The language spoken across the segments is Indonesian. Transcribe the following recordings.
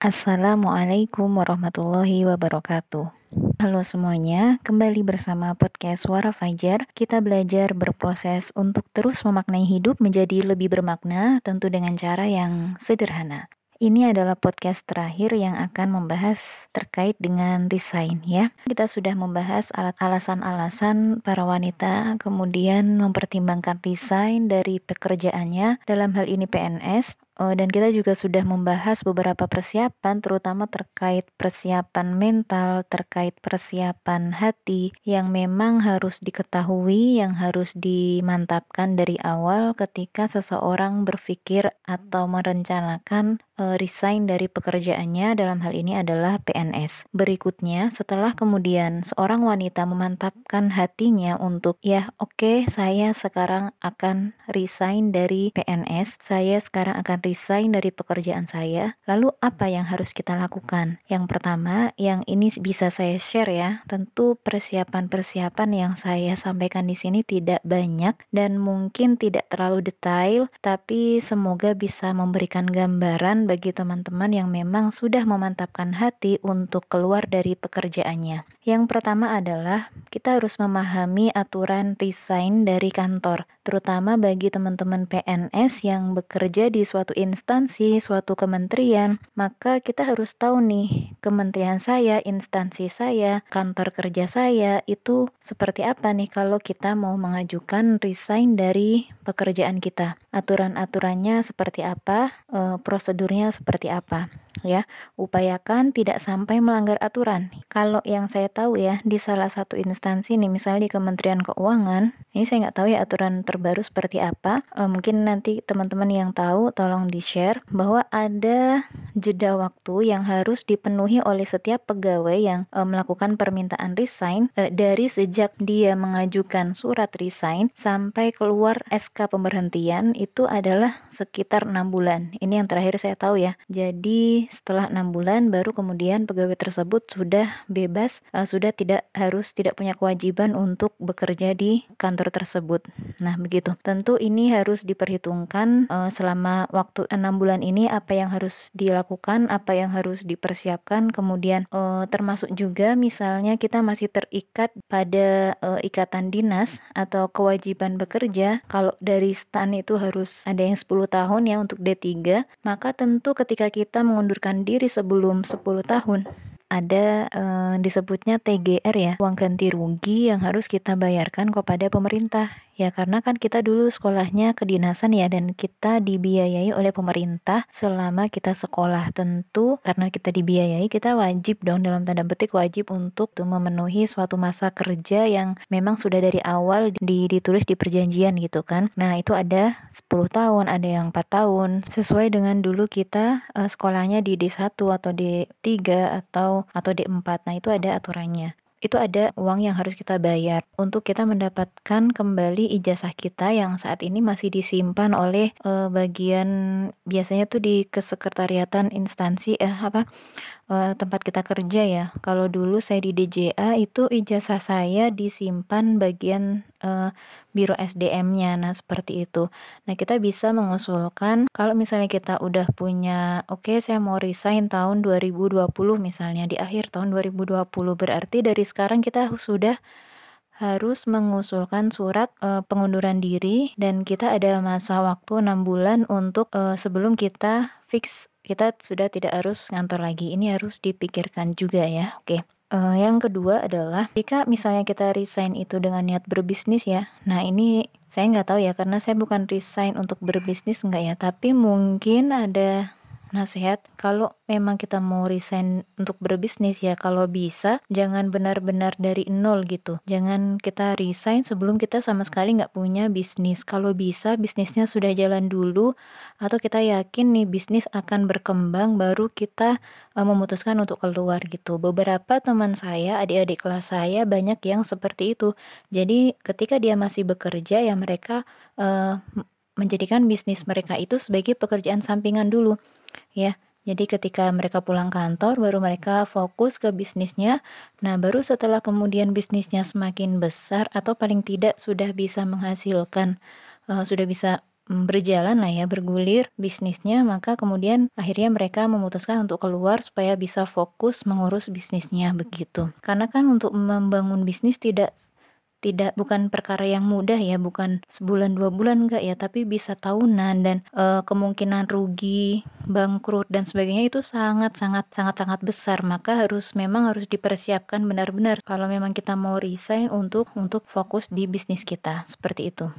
Assalamualaikum warahmatullahi wabarakatuh. Halo semuanya, kembali bersama podcast Suara Fajar. Kita belajar berproses untuk terus memaknai hidup menjadi lebih bermakna, tentu dengan cara yang sederhana. Ini adalah podcast terakhir yang akan membahas terkait dengan resign ya. Kita sudah membahas alasan-alasan para wanita kemudian mempertimbangkan resign dari pekerjaannya, dalam hal ini PNS. Dan kita juga sudah membahas beberapa persiapan, terutama terkait persiapan mental, terkait persiapan hati yang memang harus diketahui, yang harus dimantapkan dari awal ketika seseorang berpikir atau merencanakan resign dari pekerjaannya, dalam hal ini adalah PNS. Berikutnya, setelah kemudian seorang wanita memantapkan hatinya untuk oke, saya sekarang akan resign dari PNS, saya sekarang akan resign dari pekerjaan saya. Lalu apa yang harus kita lakukan? Yang pertama, yang ini bisa saya share ya, tentu persiapan-persiapan yang saya sampaikan di sini tidak banyak dan mungkin tidak terlalu detail, tapi semoga bisa memberikan gambaran bagi teman-teman yang memang sudah memantapkan hati untuk keluar dari pekerjaannya. Yang pertama adalah kita harus memahami aturan resign dari kantor, terutama bagi teman-teman PNS yang bekerja di suatu instansi, suatu kementerian. Maka kita harus tahu nih, kementerian saya, instansi saya, kantor kerja saya itu seperti apa nih kalau kita mau mengajukan resign dari pekerjaan kita. Aturan-aturannya seperti apa, prosedurnya seperti apa. Ya, upayakan tidak sampai melanggar aturan. Kalau yang saya tahu ya, di salah satu instansi nih, misalnya di Kementerian Keuangan, ini saya nggak tahu ya aturan terbaru seperti apa. Mungkin nanti teman-teman yang tahu tolong di-share bahwa ada jeda waktu yang harus dipenuhi oleh setiap pegawai yang melakukan permintaan resign, dari sejak dia mengajukan surat resign sampai keluar SK pemberhentian itu adalah sekitar 6 bulan. Ini yang terakhir saya tahu ya. Jadi setelah 6 bulan baru kemudian pegawai tersebut sudah bebas, sudah tidak punya kewajiban untuk bekerja di kantor tersebut. Nah, begitu. Tentu ini harus diperhitungkan selama waktu 6 bulan ini apa yang harus dilakukan, apa yang harus dipersiapkan. Kemudian termasuk juga misalnya kita masih terikat pada ikatan dinas atau kewajiban bekerja. Kalau dari STAN itu harus ada yang 10 tahun ya untuk D3, maka tentu ketika kita mengundurkan diri sebelum 10 tahun ada disebutnya TGR ya, uang ganti rugi yang harus kita bayarkan kepada pemerintah. Ya karena kan kita dulu sekolahnya kedinasan ya, dan kita dibiayai oleh pemerintah selama kita sekolah. Tentu karena kita dibiayai, kita wajib dong, dalam tanda petik wajib untuk memenuhi suatu masa kerja yang memang sudah dari awal ditulis di perjanjian gitu kan. Nah itu ada 10 tahun, ada yang 4 tahun, sesuai dengan dulu kita sekolahnya di D1 atau D3 atau D4. Nah itu ada aturannya. Itu ada uang yang harus kita bayar untuk kita mendapatkan kembali ijazah kita yang saat ini masih disimpan oleh bagian, biasanya tuh di kesekretariatan instansi tempat kita kerja ya. Kalau dulu saya di DJA itu ijazah saya disimpan bagian biro SDM-nya. Nah, seperti itu. Nah, kita bisa mengusulkan kalau misalnya kita udah punya, oke, saya mau resign tahun 2020 misalnya, di akhir tahun 2020, berarti dari sekarang kita sudah harus mengusulkan surat pengunduran diri, dan kita ada masa waktu 6 bulan untuk sebelum kita fix kita sudah tidak harus ngantor lagi. Ini harus dipikirkan juga ya. Oke. Yang kedua adalah jika misalnya kita resign itu dengan niat berbisnis ya. Nah ini saya nggak tahu ya, karena saya bukan resign untuk berbisnis enggak ya, tapi mungkin ada nasihat kalau memang kita mau resign untuk berbisnis ya, kalau bisa jangan benar-benar dari nol gitu. Jangan kita resign sebelum kita sama sekali nggak punya bisnis. Kalau bisa bisnisnya sudah jalan dulu, atau kita yakin nih bisnis akan berkembang, baru kita memutuskan untuk keluar gitu. Beberapa teman saya, adik-adik kelas saya banyak yang seperti itu. Jadi ketika dia masih bekerja ya mereka menjadikan bisnis mereka itu sebagai pekerjaan sampingan dulu. Ya, jadi ketika mereka pulang kantor baru mereka fokus ke bisnisnya. Nah, baru setelah kemudian bisnisnya semakin besar atau paling tidak sudah bisa menghasilkan, sudah bisa berjalan lah ya, bergulir bisnisnya, maka kemudian akhirnya mereka memutuskan untuk keluar supaya bisa fokus mengurus bisnisnya begitu. Karena kan untuk membangun bisnis bukan perkara yang mudah ya, bukan sebulan 2 bulan enggak ya, tapi bisa tahunan dan kemungkinan rugi, bangkrut dan sebagainya itu sangat besar. Maka memang harus dipersiapkan benar-benar kalau memang kita mau resign untuk fokus di bisnis kita, seperti itu.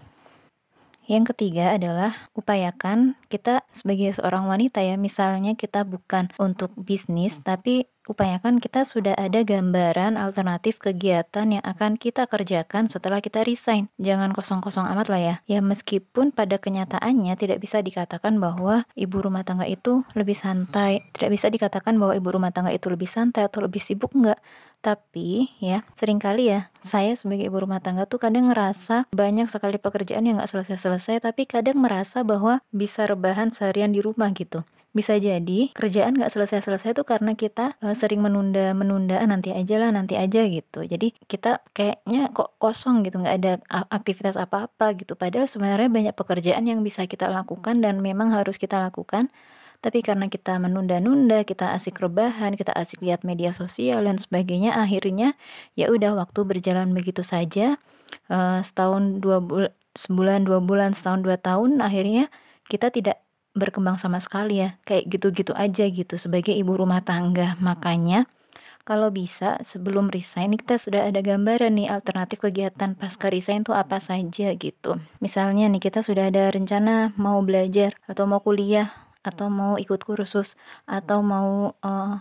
Yang ketiga adalah upayakan kita sebagai seorang wanita ya, misalnya kita bukan untuk bisnis, tapi upayakan kita sudah ada gambaran alternatif kegiatan yang akan kita kerjakan setelah kita resign. Jangan kosong-kosong amat lah ya. Ya meskipun pada kenyataannya tidak bisa dikatakan bahwa ibu rumah tangga itu lebih santai, tidak bisa dikatakan bahwa ibu rumah tangga itu lebih santai atau lebih sibuk, enggak. Tapi ya seringkali ya saya sebagai ibu rumah tangga tuh kadang ngerasa banyak sekali pekerjaan yang gak selesai-selesai, tapi kadang merasa bahwa bisa rebahan seharian di rumah gitu. Bisa jadi kerjaan gak selesai-selesai tuh karena kita sering menunda nanti aja gitu. Jadi kita kayaknya kok kosong gitu, gak ada aktivitas apa-apa gitu. Padahal sebenarnya banyak pekerjaan yang bisa kita lakukan dan memang harus kita lakukan. Tapi karena kita menunda-nunda, kita asik rebahan, kita asik lihat media sosial dan sebagainya, akhirnya ya udah waktu berjalan begitu saja. Setahun 2 bulan, sebulan 2 bulan, setahun 2 tahun, akhirnya kita tidak berkembang sama sekali ya, kayak gitu-gitu aja gitu sebagai ibu rumah tangga. Makanya kalau bisa sebelum resign kita sudah ada gambaran nih alternatif kegiatan pasca resign tuh apa saja gitu. Misalnya nih kita sudah ada rencana mau belajar atau mau kuliah atau mau ikut kursus atau mau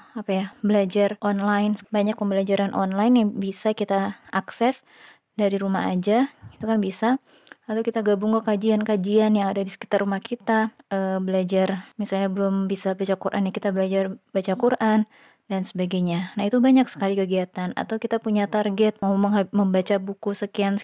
belajar online. Banyak pembelajaran online yang bisa kita akses dari rumah aja, itu kan bisa. Atau kita gabung ke kajian-kajian yang ada di sekitar rumah kita, belajar misalnya belum bisa baca Quran ya kita belajar baca Quran dan sebagainya. Nah itu banyak sekali kegiatan. Atau kita punya target mau membaca buku sekian,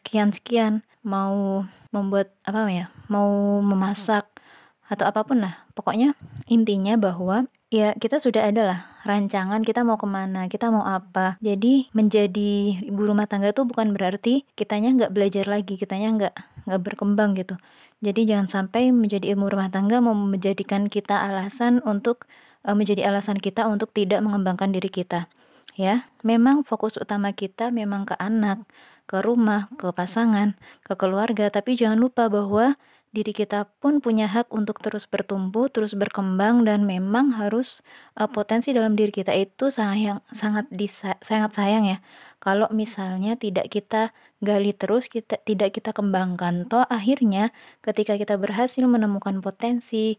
mau membuat mau memasak atau apapun lah. Pokoknya intinya bahwa ya kita sudah ada lah rancangan kita mau kemana, kita mau apa. Jadi menjadi ibu rumah tangga itu bukan berarti kitanya nggak belajar lagi, kitanya nggak berkembang gitu. Jadi jangan sampai menjadi ibu rumah tangga mau menjadikan kita menjadi alasan kita untuk tidak mengembangkan diri kita. Ya, memang fokus utama kita memang ke anak, ke rumah, ke pasangan, ke keluarga, tapi jangan lupa bahwa diri kita pun punya hak untuk terus bertumbuh, terus berkembang dan memang harus potensi dalam diri kita itu sangat sayang ya. Kalau misalnya tidak kita gali terus, tidak kita kembangkan, toh akhirnya ketika kita berhasil menemukan potensi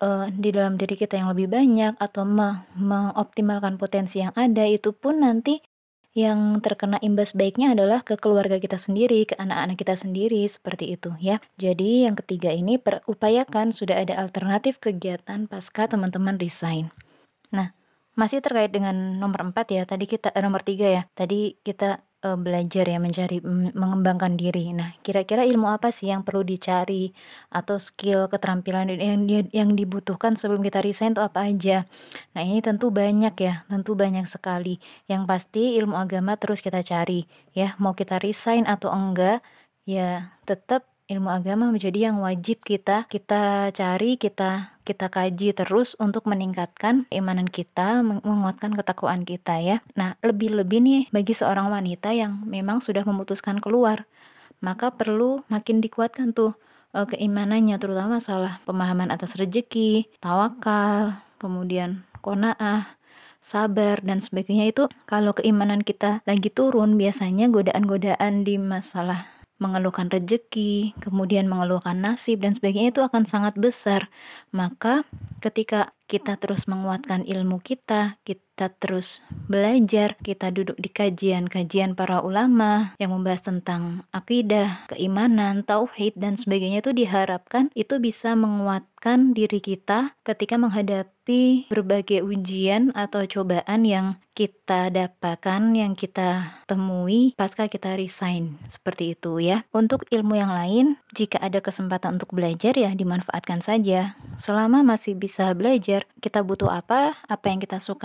di dalam diri kita yang lebih banyak atau mengoptimalkan potensi yang ada, itu pun nanti yang terkena imbas baiknya adalah ke keluarga kita sendiri, ke anak-anak kita sendiri, seperti itu ya. Jadi yang ketiga ini upayakan sudah ada alternatif kegiatan pasca teman-teman resign. Nah, masih terkait dengan nomor 4 ya, nomor 3 ya. Tadi kita belajar ya mengembangkan diri. Nah, kira-kira ilmu apa sih yang perlu dicari atau skill, keterampilan yang dibutuhkan sebelum kita resign itu apa aja? Nah, ini tentu banyak sekali. Yang pasti ilmu agama terus kita cari ya, mau kita resign atau enggak, ya tetap ilmu agama menjadi yang wajib kita cari, kita kaji terus untuk meningkatkan keimanan kita, menguatkan ketakwaan kita ya. Nah, lebih-lebih nih bagi seorang wanita yang memang sudah memutuskan keluar, maka perlu makin dikuatkan tuh keimanannya, terutama masalah pemahaman atas rezeki, tawakal, kemudian qanaah, sabar dan sebagainya. Itu kalau keimanan kita lagi turun, biasanya godaan-godaan di masalah mengeluhkan rezeki, kemudian mengeluhkan nasib dan sebagainya itu akan sangat besar. Maka ketika kita terus menguatkan ilmu kita terus belajar, kita duduk di kajian para ulama yang membahas tentang akidah, keimanan, tauhid dan sebagainya, itu diharapkan itu bisa menguatkan diri kita ketika menghadapi berbagai ujian atau cobaan yang kita dapatkan, yang kita temui pasca kita resign, seperti itu ya. Untuk ilmu yang lain, jika ada kesempatan untuk belajar ya dimanfaatkan saja. Selama masih bisa belajar, kita butuh apa yang kita sukai itu kita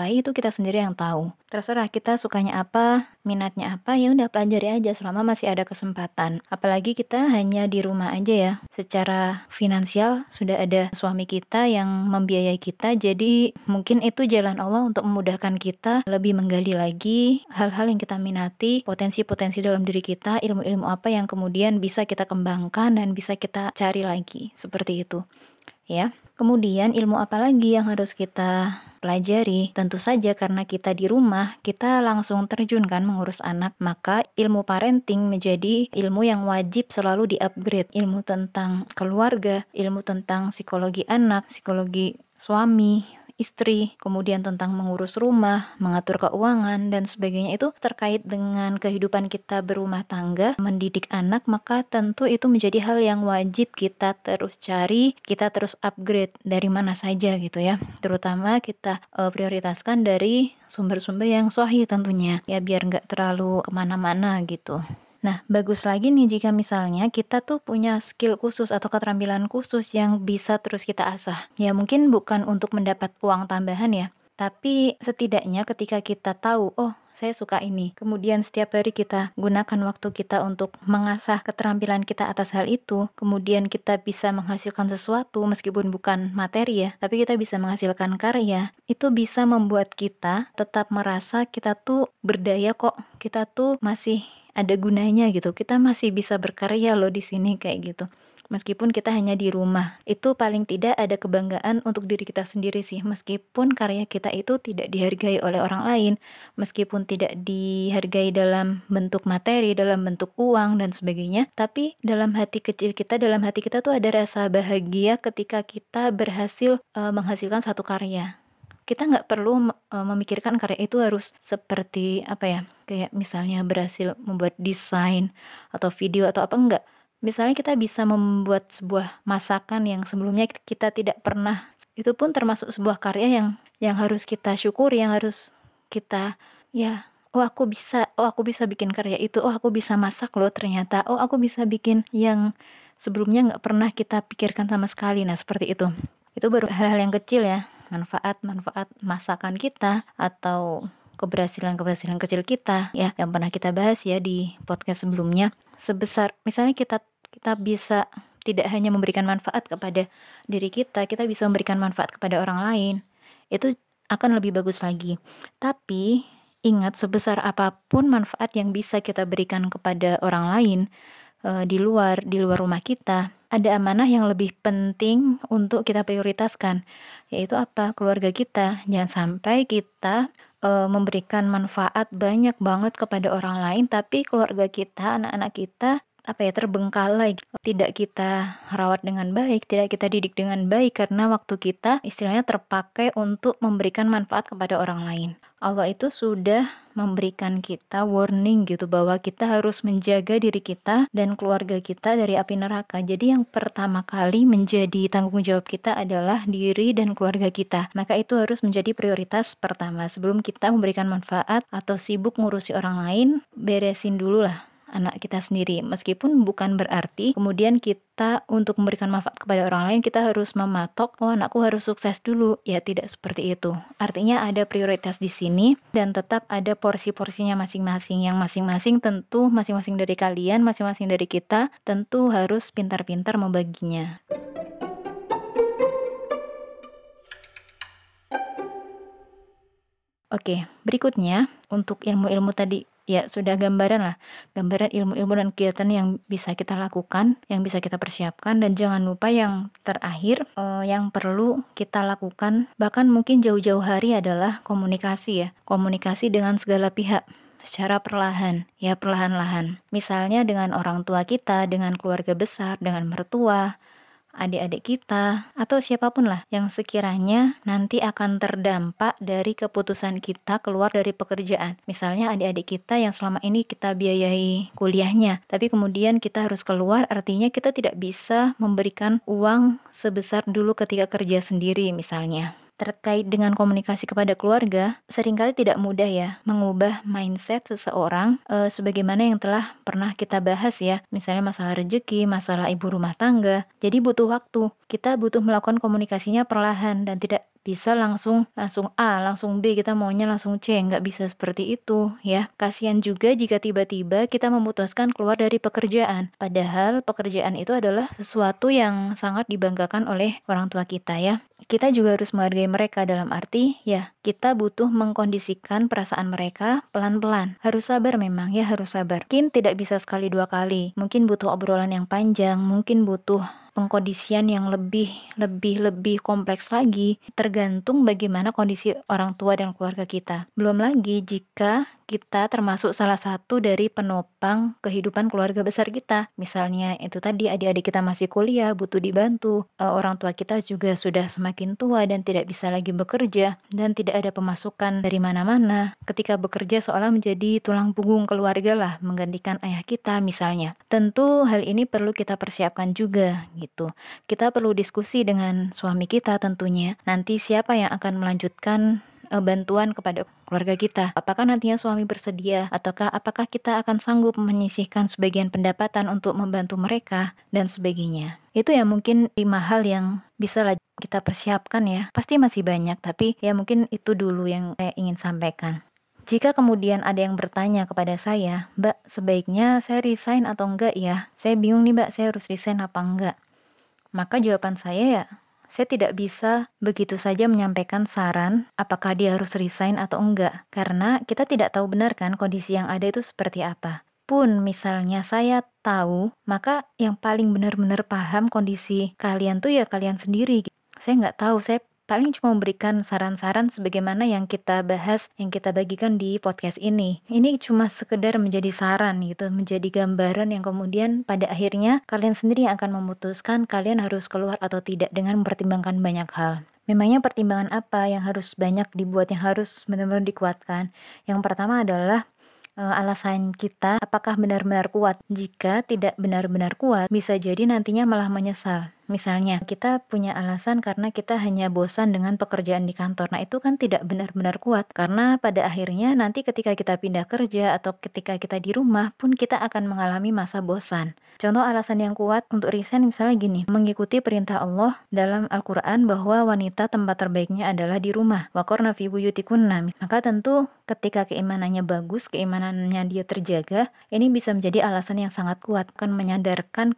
kita sendiri yang tahu. Terserah kita sukanya apa, minatnya apa, ya udah pelajari aja selama masih ada kesempatan. Apalagi kita hanya di rumah aja ya. Secara finansial sudah ada suami kita yang membiayai kita, jadi mungkin itu jalan Allah untuk memudahkan kita lebih menggali lagi hal-hal yang kita minati, potensi-potensi dalam diri kita, ilmu-ilmu apa yang kemudian bisa kita kembangkan dan bisa kita cari lagi. Seperti itu. Ya. Kemudian ilmu apa lagi yang harus kita pelajari? Tentu saja karena kita di rumah, kita langsung terjun kan mengurus anak, maka ilmu parenting menjadi ilmu yang wajib selalu di-upgrade. Ilmu tentang keluarga, ilmu tentang psikologi anak, psikologi suami, istri, kemudian tentang mengurus rumah, mengatur keuangan, dan sebagainya itu terkait dengan kehidupan kita berumah tangga, mendidik anak, maka tentu itu menjadi hal yang wajib kita terus cari, kita terus upgrade dari mana saja gitu ya. Terutama kita prioritaskan dari sumber-sumber yang sahih tentunya, ya biar nggak terlalu kemana-mana gitu. Nah, bagus lagi nih jika misalnya kita tuh punya skill khusus atau keterampilan khusus yang bisa terus kita asah. Ya mungkin bukan untuk mendapat uang tambahan ya, tapi setidaknya ketika kita tahu, oh saya suka ini, kemudian setiap hari kita gunakan waktu kita untuk mengasah keterampilan kita atas hal itu, kemudian kita bisa menghasilkan sesuatu meskipun bukan materi ya, tapi kita bisa menghasilkan karya, itu bisa membuat kita tetap merasa kita tuh berdaya kok, kita tuh masih ada gunanya gitu. Kita masih bisa berkarya loh di sini kayak gitu. Meskipun kita hanya di rumah, itu paling tidak ada kebanggaan untuk diri kita sendiri sih. Meskipun karya kita itu tidak dihargai oleh orang lain, meskipun tidak dihargai dalam bentuk materi, dalam bentuk uang dan sebagainya, tapi dalam hati kecil kita, dalam hati kita tuh ada rasa bahagia ketika kita berhasil menghasilkan satu karya. Kita nggak perlu memikirkan karya itu harus seperti apa ya, kayak misalnya berhasil membuat desain atau video atau apa, enggak. Misalnya kita bisa membuat sebuah masakan yang sebelumnya kita tidak pernah, itu pun termasuk sebuah karya yang harus kita syukuri, yang harus kita ya, oh aku bisa bikin karya itu, oh aku bisa masak loh ternyata, oh aku bisa bikin yang sebelumnya nggak pernah kita pikirkan sama sekali. Nah seperti itu baru hal-hal yang kecil ya, manfaat masakan kita atau keberhasilan kecil kita ya yang pernah kita bahas ya di podcast sebelumnya. Sebesar misalnya kita bisa tidak hanya memberikan manfaat kepada diri kita bisa memberikan manfaat kepada orang lain, itu akan lebih bagus lagi. Tapi ingat, sebesar apapun manfaat yang bisa kita berikan kepada orang lain di luar rumah kita, ada amanah yang lebih penting untuk kita prioritaskan, yaitu apa? Keluarga kita. Jangan sampai kita memberikan manfaat banyak banget kepada orang lain, tapi keluarga kita, anak-anak kita terbengkalai, tidak kita rawat dengan baik, tidak kita didik dengan baik karena waktu kita istilahnya terpakai untuk memberikan manfaat kepada orang lain. Allah itu sudah memberikan kita warning gitu bahwa kita harus menjaga diri kita dan keluarga kita dari api neraka. Jadi yang pertama kali menjadi tanggung jawab kita adalah diri dan keluarga kita. Maka itu harus menjadi prioritas pertama. Sebelum kita memberikan manfaat atau sibuk ngurusi orang lain, beresin dulu lah anak kita sendiri. Meskipun bukan berarti kemudian kita untuk memberikan manfaat kepada orang lain kita harus mematok, oh anakku harus sukses dulu. Ya tidak seperti itu. Artinya ada prioritas di sini dan tetap ada porsi-porsinya masing-masing. Yang masing-masing tentu masing-masing dari kalian, masing-masing dari kita tentu harus pintar-pintar membaginya. Oke, berikutnya untuk ilmu-ilmu tadi ya sudah gambaran ilmu-ilmu dan kegiatan yang bisa kita lakukan, yang bisa kita persiapkan, dan jangan lupa yang terakhir yang perlu kita lakukan bahkan mungkin jauh-jauh hari adalah komunikasi ya. Komunikasi dengan segala pihak secara perlahan misalnya dengan orang tua kita, dengan keluarga besar, dengan mertua, adik-adik kita, atau siapapun lah yang sekiranya nanti akan terdampak dari keputusan kita keluar dari pekerjaan. Misalnya adik-adik kita yang selama ini kita biayai kuliahnya, tapi kemudian kita harus keluar, artinya kita tidak bisa memberikan uang sebesar dulu ketika kerja sendiri misalnya. Terkait dengan komunikasi kepada keluarga, seringkali tidak mudah ya mengubah mindset seseorang sebagaimana yang telah pernah kita bahas ya. Misalnya masalah rezeki, masalah ibu rumah tangga. Jadi butuh waktu. Kita butuh melakukan komunikasinya perlahan dan tidak bisa langsung langsung A, langsung B, kita maunya langsung C, nggak bisa seperti itu ya. Kasihan juga jika tiba-tiba kita memutuskan keluar dari pekerjaan. Padahal pekerjaan itu adalah sesuatu yang sangat dibanggakan oleh orang tua kita ya. Kita juga harus menghargai mereka dalam arti ya kita butuh mengkondisikan perasaan mereka pelan-pelan. Harus sabar memang ya, harus sabar. Mungkin tidak bisa sekali dua kali, mungkin butuh obrolan yang panjang, mungkin butuh pengkondisian yang lebih kompleks lagi, tergantung bagaimana kondisi orang tua dan keluarga kita. Belum lagi jika kita termasuk salah satu dari penopang kehidupan keluarga besar kita. Misalnya itu tadi adik-adik kita masih kuliah, butuh dibantu, orang tua kita juga sudah semakin tua dan tidak bisa lagi bekerja dan tidak ada pemasukan dari mana-mana. Ketika bekerja seolah menjadi tulang punggung keluarga lah, menggantikan ayah kita misalnya. Tentu hal ini perlu kita persiapkan juga gitu. Kita perlu diskusi dengan suami kita tentunya. Nanti siapa yang akan melanjutkan bantuan kepada keluarga kita. Apakah nantinya suami bersedia ataukah apakah kita akan sanggup menyisihkan sebagian pendapatan untuk membantu mereka dan sebagainya. Itu ya mungkin 5 hal yang bisa kita persiapkan ya. Pasti masih banyak tapi ya mungkin itu dulu yang saya ingin sampaikan. Jika kemudian ada yang bertanya kepada saya, Mbak, sebaiknya saya resign atau enggak ya? Saya bingung nih Mbak, saya harus resign apa enggak? Maka jawaban saya ya, saya tidak bisa begitu saja menyampaikan saran apakah dia harus resign atau enggak. Karena kita tidak tahu benar kan kondisi yang ada itu seperti apa. Pun misalnya saya tahu, maka yang paling benar-benar paham kondisi kalian tuh ya kalian sendiri. Saya nggak tahu, saya paling cuma memberikan saran-saran sebagaimana yang kita bahas, yang kita bagikan di podcast ini. Ini cuma sekedar menjadi saran gitu, menjadi gambaran yang kemudian pada akhirnya kalian sendiri yang akan memutuskan kalian harus keluar atau tidak dengan mempertimbangkan banyak hal. Memangnya pertimbangan apa yang harus banyak dibuat, yang harus benar-benar dikuatkan? Yang pertama adalah alasan kita apakah benar-benar kuat. Jika tidak benar-benar kuat, bisa jadi nantinya malah menyesal. Misalnya, kita punya alasan karena kita hanya bosan dengan pekerjaan di kantor. Nah, itu kan tidak benar-benar kuat. Karena pada akhirnya nanti ketika kita pindah kerja atau ketika kita di rumah pun kita akan mengalami masa bosan. Contoh alasan yang kuat untuk resign misalnya gini, mengikuti perintah Allah dalam Al-Quran bahwa wanita tempat terbaiknya adalah di rumah. Waqarna fi buyutikunna. Maka tentu ketika keimanannya bagus, keimanannya dia terjaga, ini bisa menjadi alasan yang sangat kuat. Akan menyandarkan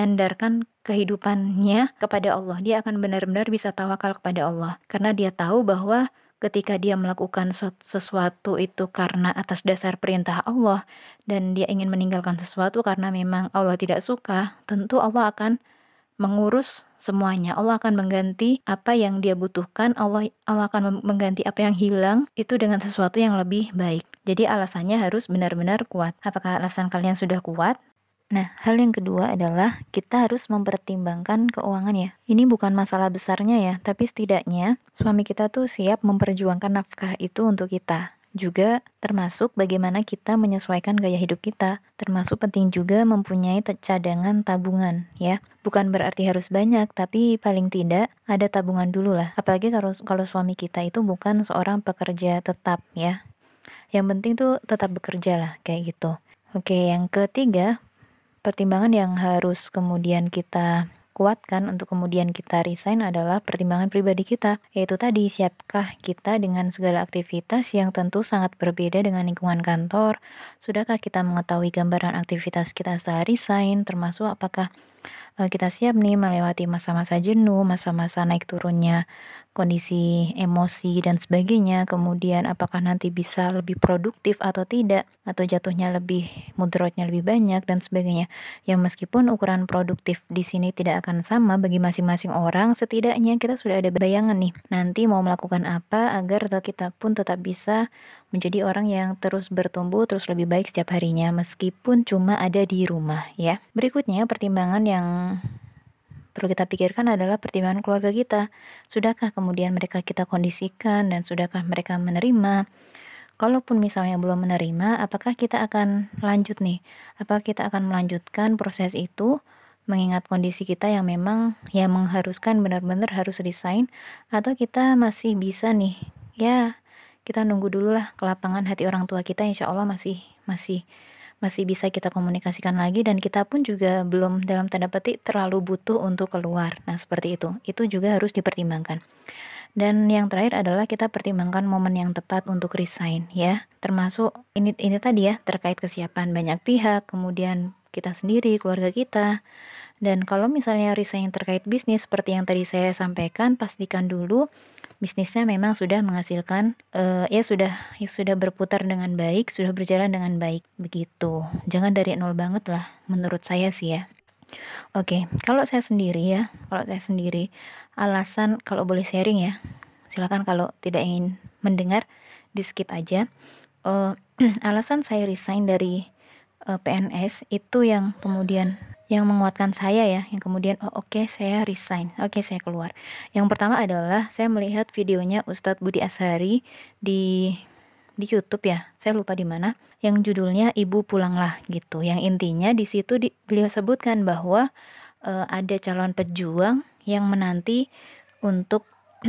kehidupannya kepada Allah. Dia akan benar-benar bisa tawakal kepada Allah. Karena dia tahu bahwa ketika dia melakukan sesuatu itu karena atas dasar perintah Allah dan dia ingin meninggalkan sesuatu karena memang Allah tidak suka, tentu Allah akan mengurus semuanya. Allah akan mengganti apa yang dia butuhkan, Allah akan mengganti apa yang hilang itu dengan sesuatu yang lebih baik. Jadi alasannya harus benar-benar kuat. Apakah alasan kalian sudah kuat? Nah, hal yang kedua adalah kita harus mempertimbangkan keuangan ya. Ini bukan masalah besarnya ya, tapi setidaknya suami kita tuh siap memperjuangkan nafkah itu untuk kita. Juga termasuk bagaimana kita menyesuaikan gaya hidup kita. Termasuk penting juga mempunyai cadangan tabungan ya. Bukan berarti harus banyak, tapi paling tidak ada tabungan dulu lah. Apalagi kalau suami kita itu bukan seorang pekerja tetap ya. Yang penting tuh tetap bekerja lah kayak gitu. Oke, yang ketiga, pertimbangan yang harus kemudian kita kuatkan untuk kemudian kita resign adalah pertimbangan pribadi kita, yaitu tadi siapkah kita dengan segala aktivitas yang tentu sangat berbeda dengan lingkungan kantor. Sudahkah kita mengetahui gambaran aktivitas kita setelah resign, termasuk apakah kita siap nih melewati masa-masa jenuh, masa-masa naik turunnya kondisi emosi dan sebagainya, kemudian apakah nanti bisa lebih produktif atau tidak, atau jatuhnya lebih mudorotnya lebih banyak dan sebagainya. Yang meskipun ukuran produktif di sini tidak akan sama bagi masing-masing orang, setidaknya kita sudah ada bayangan nih nanti mau melakukan apa agar kita pun tetap bisa menjadi orang yang terus bertumbuh, terus lebih baik setiap harinya meskipun cuma ada di rumah ya. Berikutnya pertimbangan yang perlu kita pikirkan adalah pertimbangan keluarga kita. Sudahkah kemudian mereka kita kondisikan dan sudahkah mereka menerima? Kalaupun misalnya belum menerima, apakah kita akan lanjut nih? Apakah kita akan melanjutkan proses itu mengingat kondisi kita yang memang ya mengharuskan benar-benar harus resign, atau kita masih bisa nih ya kita nunggu dulu lah ke lapangan hati orang tua kita, insya Allah masih bisa kita komunikasikan lagi dan kita pun juga belum dalam tanda petik terlalu butuh untuk keluar. Nah seperti itu juga harus dipertimbangkan. Dan yang terakhir adalah kita pertimbangkan momen yang tepat untuk resign ya. Termasuk ini tadi ya, terkait kesiapan banyak pihak, kemudian kita sendiri, keluarga kita. Dan kalau misalnya resign terkait bisnis seperti yang tadi saya sampaikan, pastikan dulu bisnisnya memang sudah menghasilkan sudah berputar dengan baik, sudah berjalan dengan baik begitu. Jangan dari nol banget lah menurut saya sih ya. Oke, kalau saya sendiri, alasan kalau boleh sharing ya, silakan kalau tidak ingin mendengar, di skip aja. Alasan saya resign dari PNS itu yang kemudian yang menguatkan saya ya, yang kemudian oke, saya resign, oke, saya keluar. Yang pertama adalah saya melihat videonya Ustadz Budi Ashari di YouTube ya, saya lupa di mana, yang judulnya Ibu Pulanglah gitu. Yang intinya di situ beliau sebutkan bahwa ada calon pejuang yang menanti untuk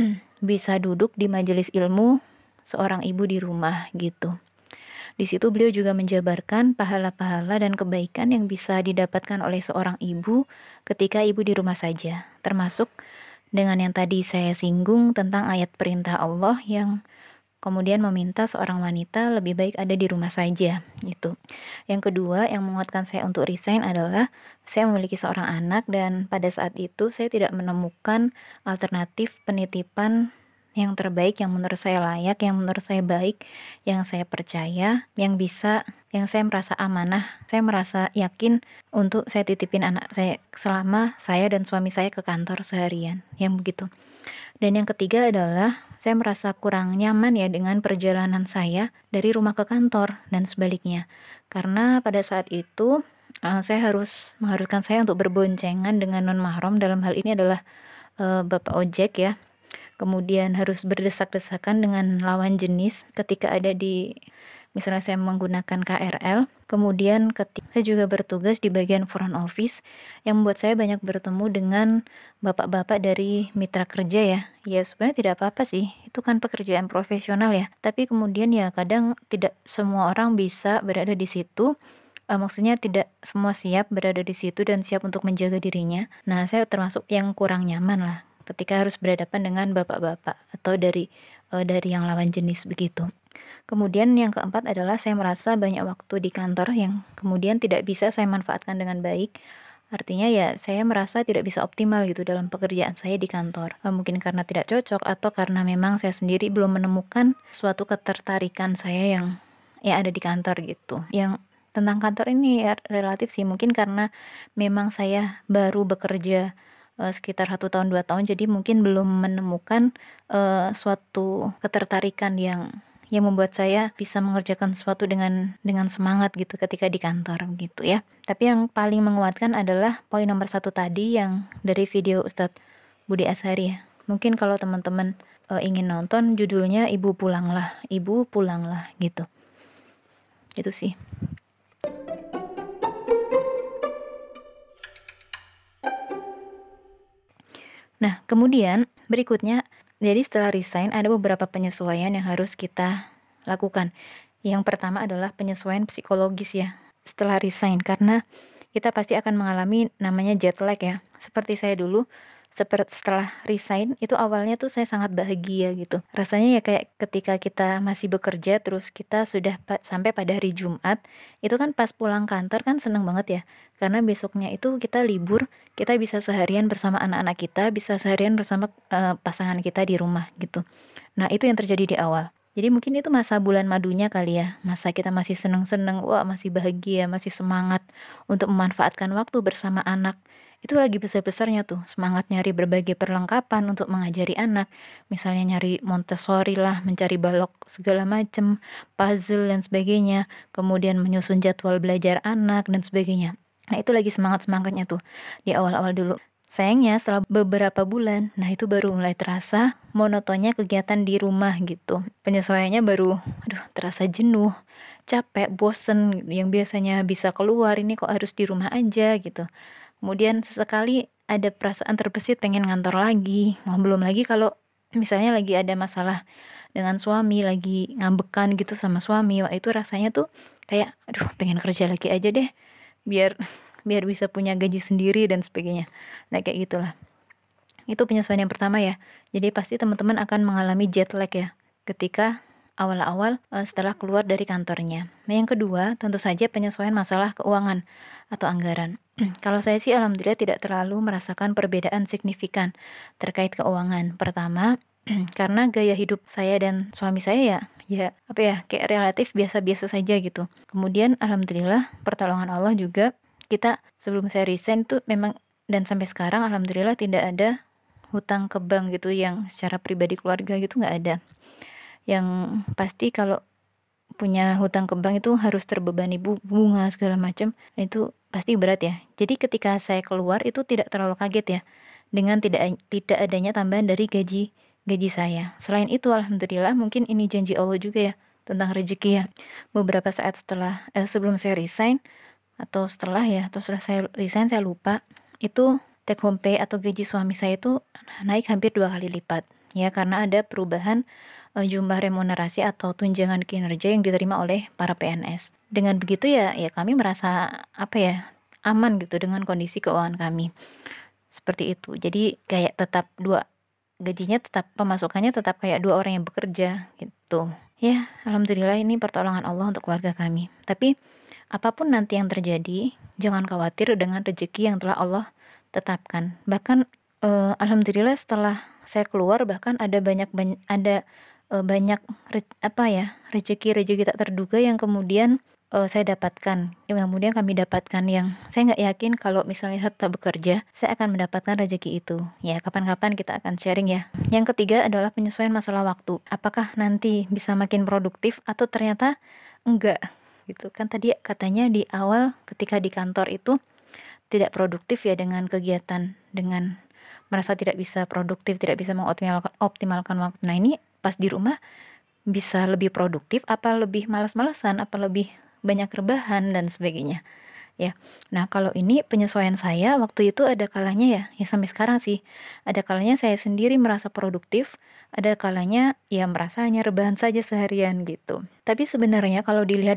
bisa duduk di majelis ilmu seorang ibu di rumah gitu. Di situ beliau juga menjabarkan pahala-pahala dan kebaikan yang bisa didapatkan oleh seorang ibu ketika ibu di rumah saja, termasuk dengan yang tadi saya singgung tentang ayat perintah Allah yang kemudian meminta seorang wanita lebih baik ada di rumah saja gitu. Yang kedua yang menguatkan saya untuk resign adalah saya memiliki seorang anak dan pada saat itu saya tidak menemukan alternatif penitipan yang terbaik, yang menurut saya layak, yang menurut saya baik, yang saya percaya, yang saya merasa amanah, saya merasa yakin untuk saya titipin anak saya selama saya dan suami saya ke kantor seharian, yang begitu. Dan yang ketiga adalah saya merasa kurang nyaman ya dengan perjalanan saya dari rumah ke kantor dan sebaliknya. Karena pada saat itu saya mengharuskan saya untuk berboncengan dengan non mahram, dalam hal ini adalah bapak ojek ya. Kemudian harus berdesak-desakan dengan lawan jenis ketika ada di, misalnya saya menggunakan KRL. Kemudian saya juga bertugas di bagian front office yang membuat saya banyak bertemu dengan bapak-bapak dari mitra kerja ya. Ya sebenarnya tidak apa-apa sih, itu kan pekerjaan profesional ya. Tapi kemudian ya kadang tidak semua orang bisa berada di situ. Maksudnya tidak semua siap berada di situ dan siap untuk menjaga dirinya. Nah, saya termasuk yang kurang nyaman lah ketika harus berhadapan dengan bapak-bapak atau dari yang lawan jenis begitu. Kemudian yang keempat adalah saya merasa banyak waktu di kantor yang kemudian tidak bisa saya manfaatkan dengan baik. Artinya ya saya merasa tidak bisa optimal gitu dalam pekerjaan saya di kantor. Mungkin karena tidak cocok atau karena memang saya sendiri belum menemukan suatu ketertarikan saya yang ada di kantor gitu. Yang tentang kantor ini ya relatif sih, mungkin karena memang saya baru bekerja sekitar 1 tahun 2 tahun, jadi mungkin belum menemukan suatu ketertarikan yang membuat saya bisa mengerjakan sesuatu dengan semangat gitu ketika di kantor gitu ya. Tapi yang paling menguatkan adalah poin nomor 1 tadi yang dari video Ustadz Budi Ashari ya. Mungkin kalau teman-teman ingin nonton, judulnya Ibu Pulanglah gitu. Itu sih. Nah, kemudian berikutnya, jadi setelah resign ada beberapa penyesuaian yang harus kita lakukan. Yang pertama adalah penyesuaian psikologis ya, setelah resign, karena kita pasti akan mengalami namanya jet lag ya. Seperti saya dulu, setelah resign itu awalnya tuh saya sangat bahagia gitu. Rasanya ya kayak ketika kita masih bekerja terus kita sudah sampai pada hari Jumat, itu kan pas pulang kantor kan seneng banget ya. Karena besoknya itu kita libur, kita bisa seharian bersama anak-anak kita, bisa seharian bersama pasangan kita di rumah gitu. Nah, itu yang terjadi di awal. Jadi mungkin itu masa bulan madunya kali ya, masa kita masih seneng-seneng, wah masih bahagia, masih semangat untuk memanfaatkan waktu bersama anak. Itu lagi besar-besarnya tuh, semangat nyari berbagai perlengkapan untuk mengajari anak. Misalnya nyari Montessori lah, mencari balok segala macem, puzzle dan sebagainya. Kemudian menyusun jadwal belajar anak dan sebagainya. Nah, itu lagi semangat-semangatnya tuh di awal-awal dulu. Sayangnya setelah beberapa bulan, nah itu baru mulai terasa monotonnya kegiatan di rumah gitu. Penyesuaiannya baru, terasa jenuh, capek, bosen, yang biasanya bisa keluar ini kok harus di rumah aja gitu. Kemudian sesekali ada perasaan terbesit pengen ngantor lagi. Belum lagi kalau misalnya lagi ada masalah dengan suami, lagi ngambekan gitu sama suami, wah itu rasanya tuh kayak pengen kerja lagi aja deh, biar bisa punya gaji sendiri dan sebagainya. Nah kayak gitulah. Itu penyesuaian yang pertama ya. Jadi pasti teman-teman akan mengalami jet lag ya ketika awal-awal setelah keluar dari kantornya. Nah, yang kedua, tentu saja penyesuaian masalah keuangan atau anggaran. Kalau saya sih alhamdulillah tidak terlalu merasakan perbedaan signifikan terkait keuangan. Pertama, karena gaya hidup saya dan suami saya ya apa ya, kayak relatif biasa-biasa saja gitu. Kemudian alhamdulillah pertolongan Allah juga, kita sebelum saya resign tuh memang, dan sampai sekarang alhamdulillah tidak ada hutang ke bank gitu yang secara pribadi keluarga gitu, nggak ada. Yang pasti kalau punya hutang ke bank itu harus terbebani bunga segala macam, dan itu pasti berat ya. Jadi ketika saya keluar itu tidak terlalu kaget ya dengan tidak adanya tambahan dari gaji gaji saya. Selain itu alhamdulillah, mungkin ini janji Allah juga ya tentang rezeki ya. Beberapa saat setelah sebelum saya resign atau setelah saya resign, saya lupa, itu take home pay atau gaji suami saya itu naik hampir 2 kali lipat ya, karena ada perubahan jumlah remunerasi atau tunjangan kinerja yang diterima oleh para PNS. Dengan begitu ya kami merasa apa ya, aman gitu dengan kondisi keuangan kami. Seperti itu. Jadi kayak tetap gajinya tetap, pemasukannya tetap kayak dua orang yang bekerja gitu. Ya, alhamdulillah ini pertolongan Allah untuk keluarga kami. Tapi apapun nanti yang terjadi, jangan khawatir dengan rezeki yang telah Allah tetapkan. Bahkan alhamdulillah setelah saya keluar, bahkan ada banyak rezeki tak terduga yang kemudian saya dapatkan, yang kemudian kami dapatkan, yang saya nggak yakin kalau misalnya tetap bekerja saya akan mendapatkan rezeki itu. Ya, kapan-kapan kita akan sharing ya. Yang ketiga adalah penyesuaian masalah waktu. Apakah nanti bisa makin produktif atau ternyata enggak gitu kan. Tadi katanya di awal ketika di kantor itu tidak produktif ya, dengan kegiatan, dengan merasa tidak bisa produktif, tidak bisa mengoptimalkan waktu. Nah, ini pas di rumah bisa lebih produktif, apa lebih malas-malasan, apa lebih banyak rebahan dan sebagainya ya. Nah, kalau ini penyesuaian saya waktu itu ada kalanya ya sampai sekarang sih, ada kalanya saya sendiri merasa produktif, ada kalanya ya merasa hanya rebahan saja seharian gitu. Tapi sebenarnya kalau dilihat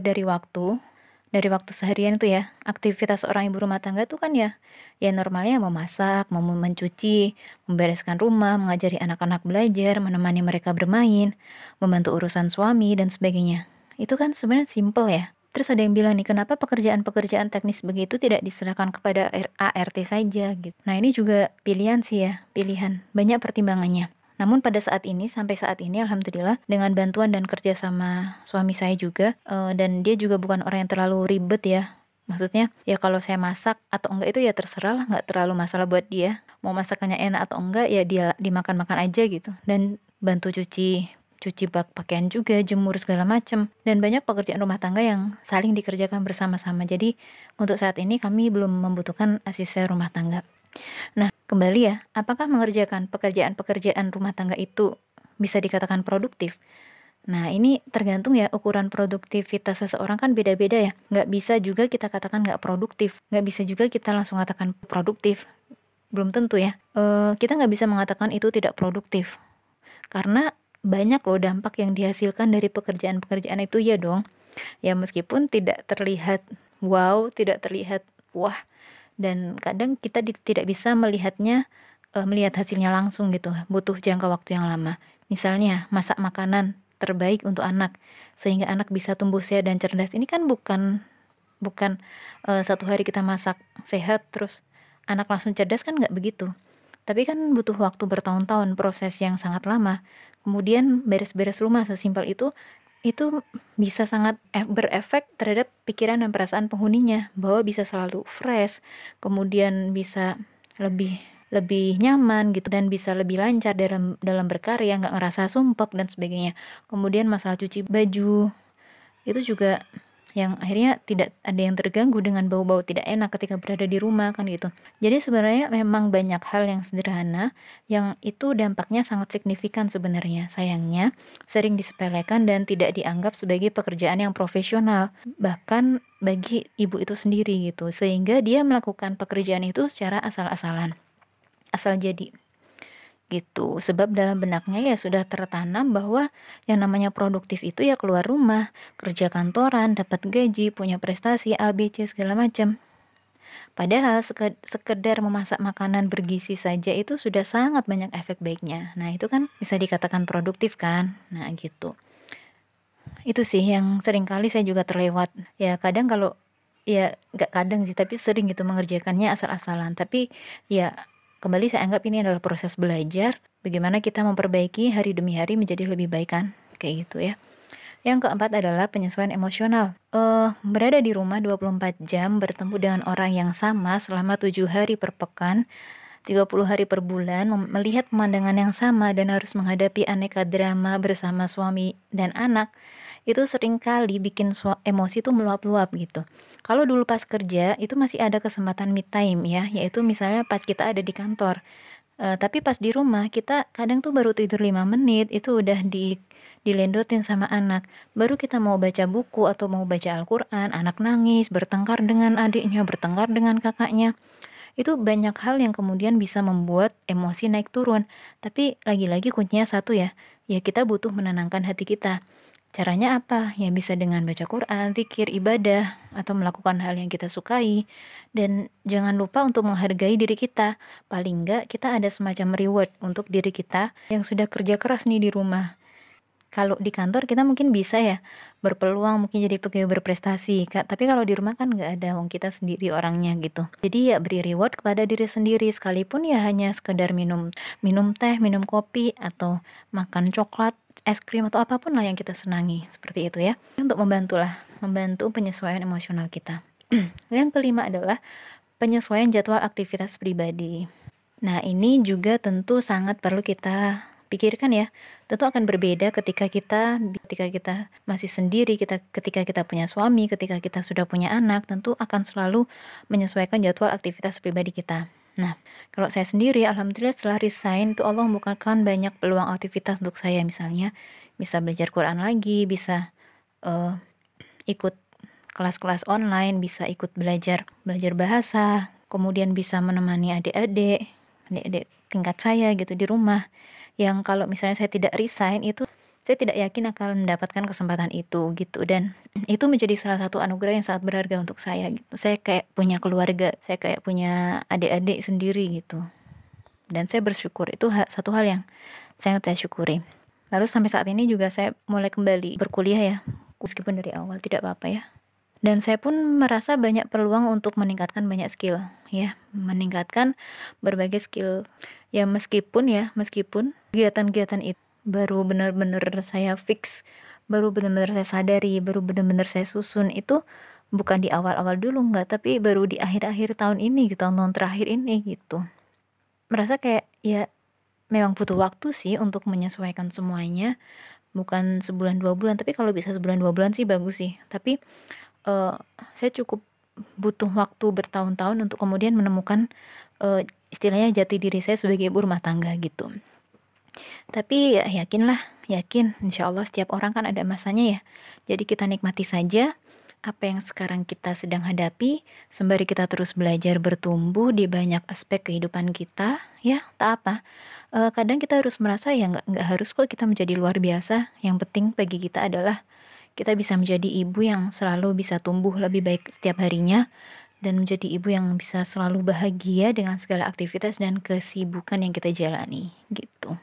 dari waktu seharian itu ya, aktivitas seorang ibu rumah tangga itu kan ya normalnya memasak, mencuci, membereskan rumah, mengajari anak-anak belajar, menemani mereka bermain, membantu urusan suami dan sebagainya. Itu kan sebenarnya simple ya. Terus ada yang bilang nih, kenapa pekerjaan-pekerjaan teknis begitu tidak diserahkan kepada ART saja gitu. Nah, ini juga pilihan sih ya, pilihan. Banyak pertimbangannya. Namun pada saat ini, sampai saat ini alhamdulillah dengan bantuan dan kerja sama suami saya juga, dan dia juga bukan orang yang terlalu ribet ya. Maksudnya ya kalau saya masak atau enggak itu ya terserah lah, nggak terlalu masalah buat dia. Mau masakannya enak atau enggak ya dia dimakan-makan aja gitu. Dan bantu cuci pakaian juga, jemur segala macam, dan banyak pekerjaan rumah tangga yang saling dikerjakan bersama-sama. Jadi untuk saat ini kami belum membutuhkan asisten rumah tangga. Nah, kembali ya, apakah mengerjakan pekerjaan-pekerjaan rumah tangga itu bisa dikatakan produktif? Nah, ini tergantung ya, ukuran produktivitas seseorang kan beda-beda ya. Nggak bisa juga kita katakan nggak produktif, nggak bisa juga kita langsung katakan produktif. Belum tentu ya. Kita nggak bisa mengatakan itu tidak produktif. Karena banyak loh dampak yang dihasilkan dari pekerjaan-pekerjaan itu ya dong. Ya meskipun tidak terlihat wow, tidak terlihat wah, dan kadang kita tidak bisa melihat hasilnya langsung gitu, butuh jangka waktu yang lama. Misalnya masak makanan terbaik untuk anak sehingga anak bisa tumbuh sehat dan cerdas, ini kan bukan satu hari kita masak sehat terus anak langsung cerdas, kan nggak begitu. Tapi kan butuh waktu bertahun-tahun, proses yang sangat lama. Kemudian beres-beres rumah sesimpel itu bisa sangat berefek terhadap pikiran dan perasaan penghuninya, bahwa bisa selalu fresh, kemudian bisa lebih nyaman gitu, dan bisa lebih lancar dalam berkarya, nggak ngerasa sumpek dan sebagainya. Kemudian masalah cuci baju itu juga yang akhirnya tidak ada yang terganggu dengan bau-bau tidak enak ketika berada di rumah kan gitu. Jadi sebenarnya memang banyak hal yang sederhana yang itu dampaknya sangat signifikan sebenarnya. Sayangnya sering disepelekan dan tidak dianggap sebagai pekerjaan yang profesional, bahkan bagi ibu itu sendiri gitu, sehingga dia melakukan pekerjaan itu secara asal-asalan, asal jadi gitu. Sebab dalam benaknya ya sudah tertanam bahwa yang namanya produktif itu ya keluar rumah, kerja kantoran, dapat gaji, punya prestasi A, B, C segala macam. Padahal sekedar memasak makanan bergizi saja itu sudah sangat banyak efek baiknya. Nah, itu kan bisa dikatakan produktif kan? Nah, gitu. Itu sih yang sering kali saya juga terlewat. Ya kadang kalau ya nggak kadang sih, tapi sering gitu mengerjakannya asal-asalan. Tapi ya kembali saya anggap ini adalah proses belajar, bagaimana kita memperbaiki hari demi hari menjadi lebih baik kan, kayak gitu ya. Yang keempat adalah penyesuaian emosional. Berada di rumah 24 jam, bertemu dengan orang yang sama selama 7 hari per pekan, 30 hari per bulan, melihat pemandangan yang sama dan harus menghadapi aneka drama bersama suami dan anak, itu seringkali bikin emosi tuh meluap-luap gitu. Kalau dulu pas kerja, itu masih ada kesempatan me time ya, yaitu misalnya pas kita ada di kantor. Tapi pas di rumah kita kadang tuh baru tidur 5 menit, itu udah dilendotin sama anak. Baru kita mau baca buku atau mau baca Al-Quran, anak nangis, bertengkar dengan adiknya, bertengkar dengan kakaknya. Itu banyak hal yang kemudian bisa membuat emosi naik turun. Tapi lagi-lagi kuncinya satu ya, ya kita butuh menenangkan hati kita. Caranya apa? Ya bisa dengan baca Quran, zikir, ibadah, atau melakukan hal yang kita sukai. Dan jangan lupa untuk menghargai diri kita. Paling enggak kita ada semacam reward untuk diri kita yang sudah kerja keras nih di rumah. Kalau di kantor kita mungkin bisa ya berpeluang mungkin jadi pegawai berprestasi, Kak. Tapi kalau di rumah kan nggak ada, wong kita sendiri orangnya gitu. Jadi ya beri reward kepada diri sendiri, sekalipun ya hanya sekedar minum minum teh, minum kopi, atau makan coklat, es krim, atau apapun lah yang kita senangi, seperti itu ya. Untuk membantu penyesuaian emosional kita. Yang kelima adalah penyesuaian jadwal aktivitas pribadi. Nah, ini juga tentu sangat perlu kita pikirkan ya. Tentu akan berbeda ketika kita masih sendiri, ketika kita punya suami, ketika kita sudah punya anak, tentu akan selalu menyesuaikan jadwal aktivitas pribadi kita. Nah, kalau saya sendiri, alhamdulillah setelah resign itu Allah membukakan banyak peluang aktivitas untuk saya, misalnya bisa belajar Quran lagi, bisa ikut kelas-kelas online, bisa ikut belajar bahasa, kemudian bisa menemani adik-adik tingkat saya gitu di rumah. Yang kalau misalnya saya tidak resign, itu saya tidak yakin akan mendapatkan kesempatan itu gitu. Dan itu menjadi salah satu anugerah yang sangat berharga untuk saya gitu. Saya kayak punya keluarga, saya kayak punya adik-adik sendiri gitu. Dan saya bersyukur, itu satu hal yang sangat saya syukuri. Lalu sampai saat ini juga saya mulai kembali berkuliah ya, meskipun dari awal tidak apa-apa ya. Dan saya pun merasa banyak peluang untuk meningkatkan banyak skill ya, meningkatkan berbagai skill. Ya meskipun kegiatan-kegiatan itu baru benar-benar saya fix, baru benar-benar saya sadari, baru benar-benar saya susun, itu bukan di awal-awal dulu enggak, tapi baru di akhir-akhir tahun ini gitu, tahun terakhir ini gitu. Merasa kayak ya memang butuh waktu sih untuk menyesuaikan semuanya, bukan sebulan 2 bulan, tapi kalau bisa sebulan 2 bulan sih bagus sih. Tapi saya cukup butuh waktu bertahun-tahun untuk kemudian menemukan istilahnya jati diri saya sebagai ibu rumah tangga gitu. Tapi ya yakin insya Allah setiap orang kan ada masanya ya. Jadi kita nikmati saja apa yang sekarang kita sedang hadapi, sembari kita terus belajar bertumbuh di banyak aspek kehidupan kita ya. Tak apa, kadang kita harus merasa ya nggak harus kok kita menjadi luar biasa. Yang penting bagi kita adalah kita bisa menjadi ibu yang selalu bisa tumbuh lebih baik setiap harinya, dan menjadi ibu yang bisa selalu bahagia dengan segala aktivitas dan kesibukan yang kita jalani gitu.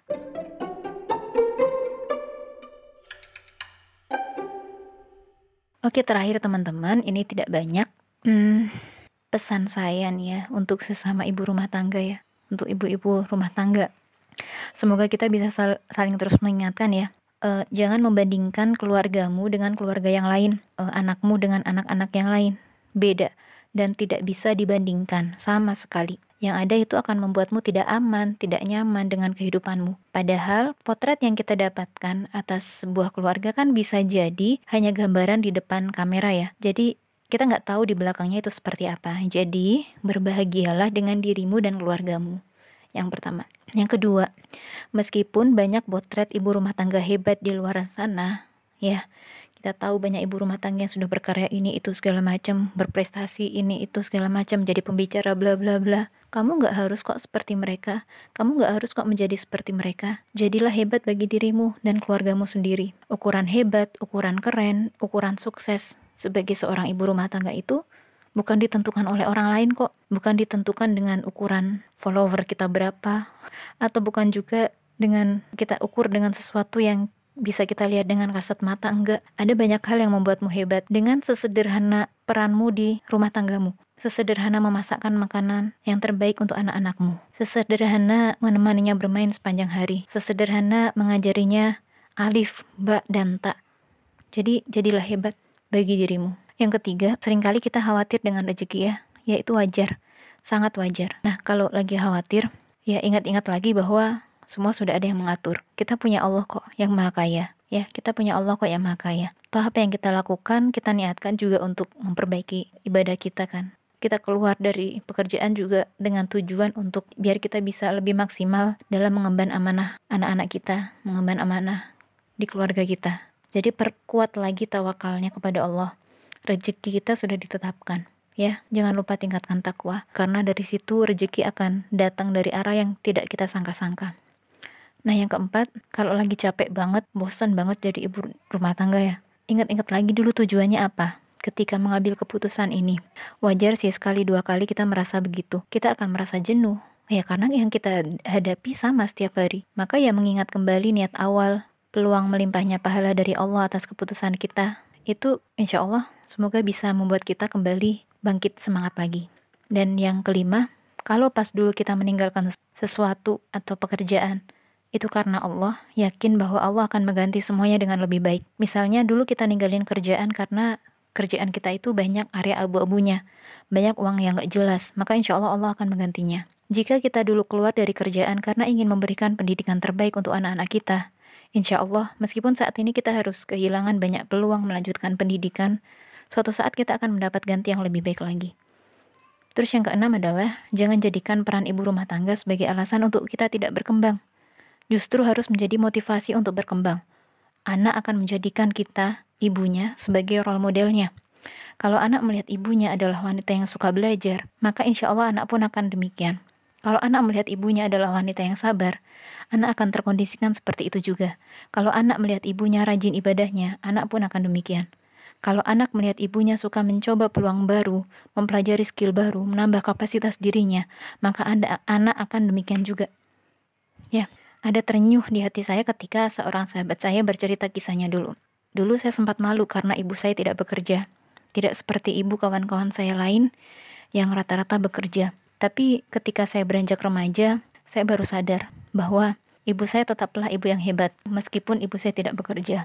Oke, terakhir teman-teman, ini tidak banyak pesan saya nih ya untuk sesama ibu rumah tangga ya, untuk ibu-ibu rumah tangga. Semoga kita bisa saling terus mengingatkan ya. Jangan membandingkan keluargamu dengan keluarga yang lain, anakmu dengan anak-anak yang lain. Beda dan tidak bisa dibandingkan sama sekali. Yang ada itu akan membuatmu tidak aman, tidak nyaman dengan kehidupanmu. Padahal potret yang kita dapatkan atas sebuah keluarga kan bisa jadi hanya gambaran di depan kamera ya. Jadi kita nggak tahu di belakangnya itu seperti apa. Jadi berbahagialah dengan dirimu dan keluargamu. Yang pertama. Yang kedua, meskipun banyak potret ibu rumah tangga hebat di luar sana, ya, kita tahu banyak ibu rumah tangga yang sudah berkarya ini itu segala macam, berprestasi ini itu segala macam, jadi pembicara bla bla bla. Kamu nggak harus kok seperti mereka. Kamu nggak harus kok menjadi seperti mereka. Jadilah hebat bagi dirimu dan keluargamu sendiri. Ukuran hebat, ukuran keren, ukuran sukses sebagai seorang ibu rumah tangga itu bukan ditentukan oleh orang lain kok, bukan ditentukan dengan ukuran follower kita berapa, atau bukan juga dengan kita ukur dengan sesuatu yang bisa kita lihat dengan kasat mata. Enggak, ada banyak hal yang membuatmu hebat dengan sesederhana peranmu di rumah tanggamu, sesederhana memasakkan makanan yang terbaik untuk anak-anakmu, sesederhana menemaninya bermain sepanjang hari, sesederhana mengajarinya alif, ba, dan ta. Jadi jadilah hebat bagi dirimu. Yang ketiga, seringkali kita khawatir dengan rezeki ya itu wajar, sangat wajar. Nah, kalau lagi khawatir, ya ingat-ingat lagi bahwa semua sudah ada yang mengatur. Kita punya Allah kok yang maha kaya. Ya, kita punya Allah kok yang maha kaya. Toh apa yang kita lakukan, kita niatkan juga untuk memperbaiki ibadah kita kan. Kita keluar dari pekerjaan juga dengan tujuan untuk biar kita bisa lebih maksimal dalam mengemban amanah anak-anak kita, mengemban amanah di keluarga kita. Jadi perkuat lagi tawakalnya kepada Allah. Rezeki kita sudah ditetapkan. Ya, jangan lupa tingkatkan takwa, karena dari situ rezeki akan datang dari arah yang tidak kita sangka-sangka. Nah, yang keempat, kalau lagi capek banget, bosan banget jadi ibu rumah tangga ya, ingat-ingat lagi dulu tujuannya apa ketika mengambil keputusan ini. Wajar sih sekali dua kali kita merasa begitu. Kita akan merasa jenuh. Ya karena yang kita hadapi sama setiap hari. Maka ya mengingat kembali niat awal, peluang melimpahnya pahala dari Allah atas keputusan kita, itu insya Allah semoga bisa membuat kita kembali bangkit semangat lagi. Dan yang kelima, kalau pas dulu kita meninggalkan sesuatu atau pekerjaan, itu karena Allah, yakin bahwa Allah akan mengganti semuanya dengan lebih baik. Misalnya dulu kita ninggalin kerjaan karena kerjaan kita itu banyak area abu-abunya, banyak uang yang gak jelas, maka insya Allah Allah akan menggantinya. Jika kita dulu keluar dari kerjaan karena ingin memberikan pendidikan terbaik untuk anak-anak kita, insya Allah meskipun saat ini kita harus kehilangan banyak peluang melanjutkan pendidikan, suatu saat kita akan mendapat ganti yang lebih baik lagi. Terus yang keenam adalah, jangan jadikan peran ibu rumah tangga sebagai alasan untuk kita tidak berkembang. Justru harus menjadi motivasi untuk berkembang. Anak akan menjadikan kita, ibunya, sebagai role modelnya. Kalau anak melihat ibunya adalah wanita yang suka belajar, maka insya Allah anak pun akan demikian. Kalau anak melihat ibunya adalah wanita yang sabar, anak akan terkondisikan seperti itu juga. Kalau anak melihat ibunya rajin ibadahnya, anak pun akan demikian. Kalau anak melihat ibunya suka mencoba peluang baru, mempelajari skill baru, menambah kapasitas dirinya, maka anak akan demikian juga. Ya. Ada terenyuh di hati saya ketika seorang sahabat saya bercerita kisahnya dulu. Dulu saya sempat malu karena ibu saya tidak bekerja. Tidak seperti ibu kawan-kawan saya lain yang rata-rata bekerja. Tapi ketika saya beranjak remaja, saya baru sadar bahwa ibu saya tetaplah ibu yang hebat meskipun ibu saya tidak bekerja.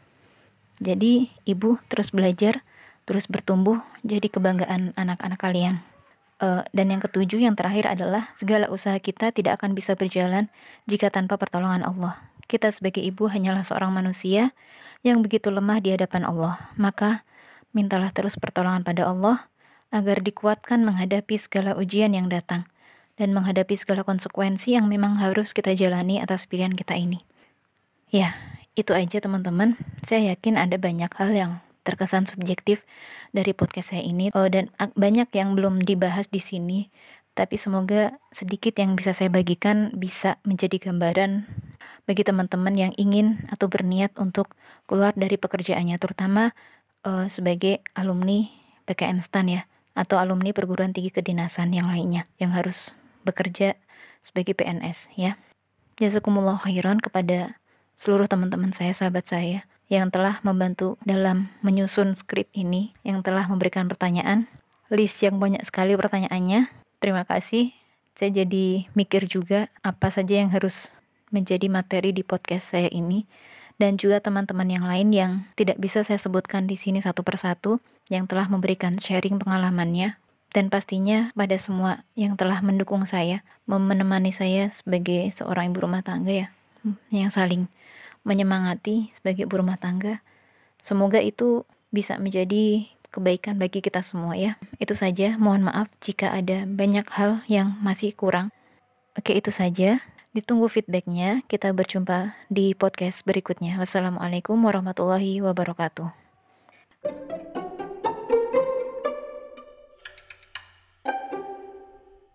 Jadi ibu terus belajar, terus bertumbuh jadi kebanggaan anak-anak kalian. Dan yang ketujuh, yang terakhir adalah segala usaha kita tidak akan bisa berjalan jika tanpa pertolongan Allah. Kita sebagai ibu hanyalah seorang manusia yang begitu lemah di hadapan Allah. Maka mintalah terus pertolongan pada Allah agar dikuatkan menghadapi segala ujian yang datang dan menghadapi segala konsekuensi yang memang harus kita jalani atas pilihan kita ini. Ya, itu aja teman-teman. Saya yakin ada banyak hal yang terkesan subjektif dari podcast saya ini, dan banyak yang belum dibahas di sini, tapi semoga sedikit yang bisa saya bagikan bisa menjadi gambaran bagi teman-teman yang ingin atau berniat untuk keluar dari pekerjaannya, terutama sebagai alumni PKN STAN ya, atau alumni perguruan tinggi kedinasan yang lainnya yang harus bekerja sebagai PNS ya. Jazakumullah khairan kepada seluruh teman-teman saya, sahabat saya yang telah membantu dalam menyusun skrip ini, yang telah memberikan pertanyaan, list yang banyak sekali pertanyaannya. Terima kasih. Saya jadi mikir juga apa saja yang harus menjadi materi di podcast saya ini, dan juga teman-teman yang lain yang tidak bisa saya sebutkan di sini satu persatu, yang telah memberikan sharing pengalamannya, dan pastinya pada semua yang telah mendukung saya, menemani saya sebagai seorang ibu rumah tangga ya, yang saling menyemangati sebagai ibu rumah tangga. Semoga itu bisa menjadi kebaikan bagi kita semua ya. Itu saja, mohon maaf jika ada banyak hal yang masih kurang. Oke, itu saja. Ditunggu feedbacknya. Kita berjumpa di podcast berikutnya. Wassalamualaikum warahmatullahi wabarakatuh.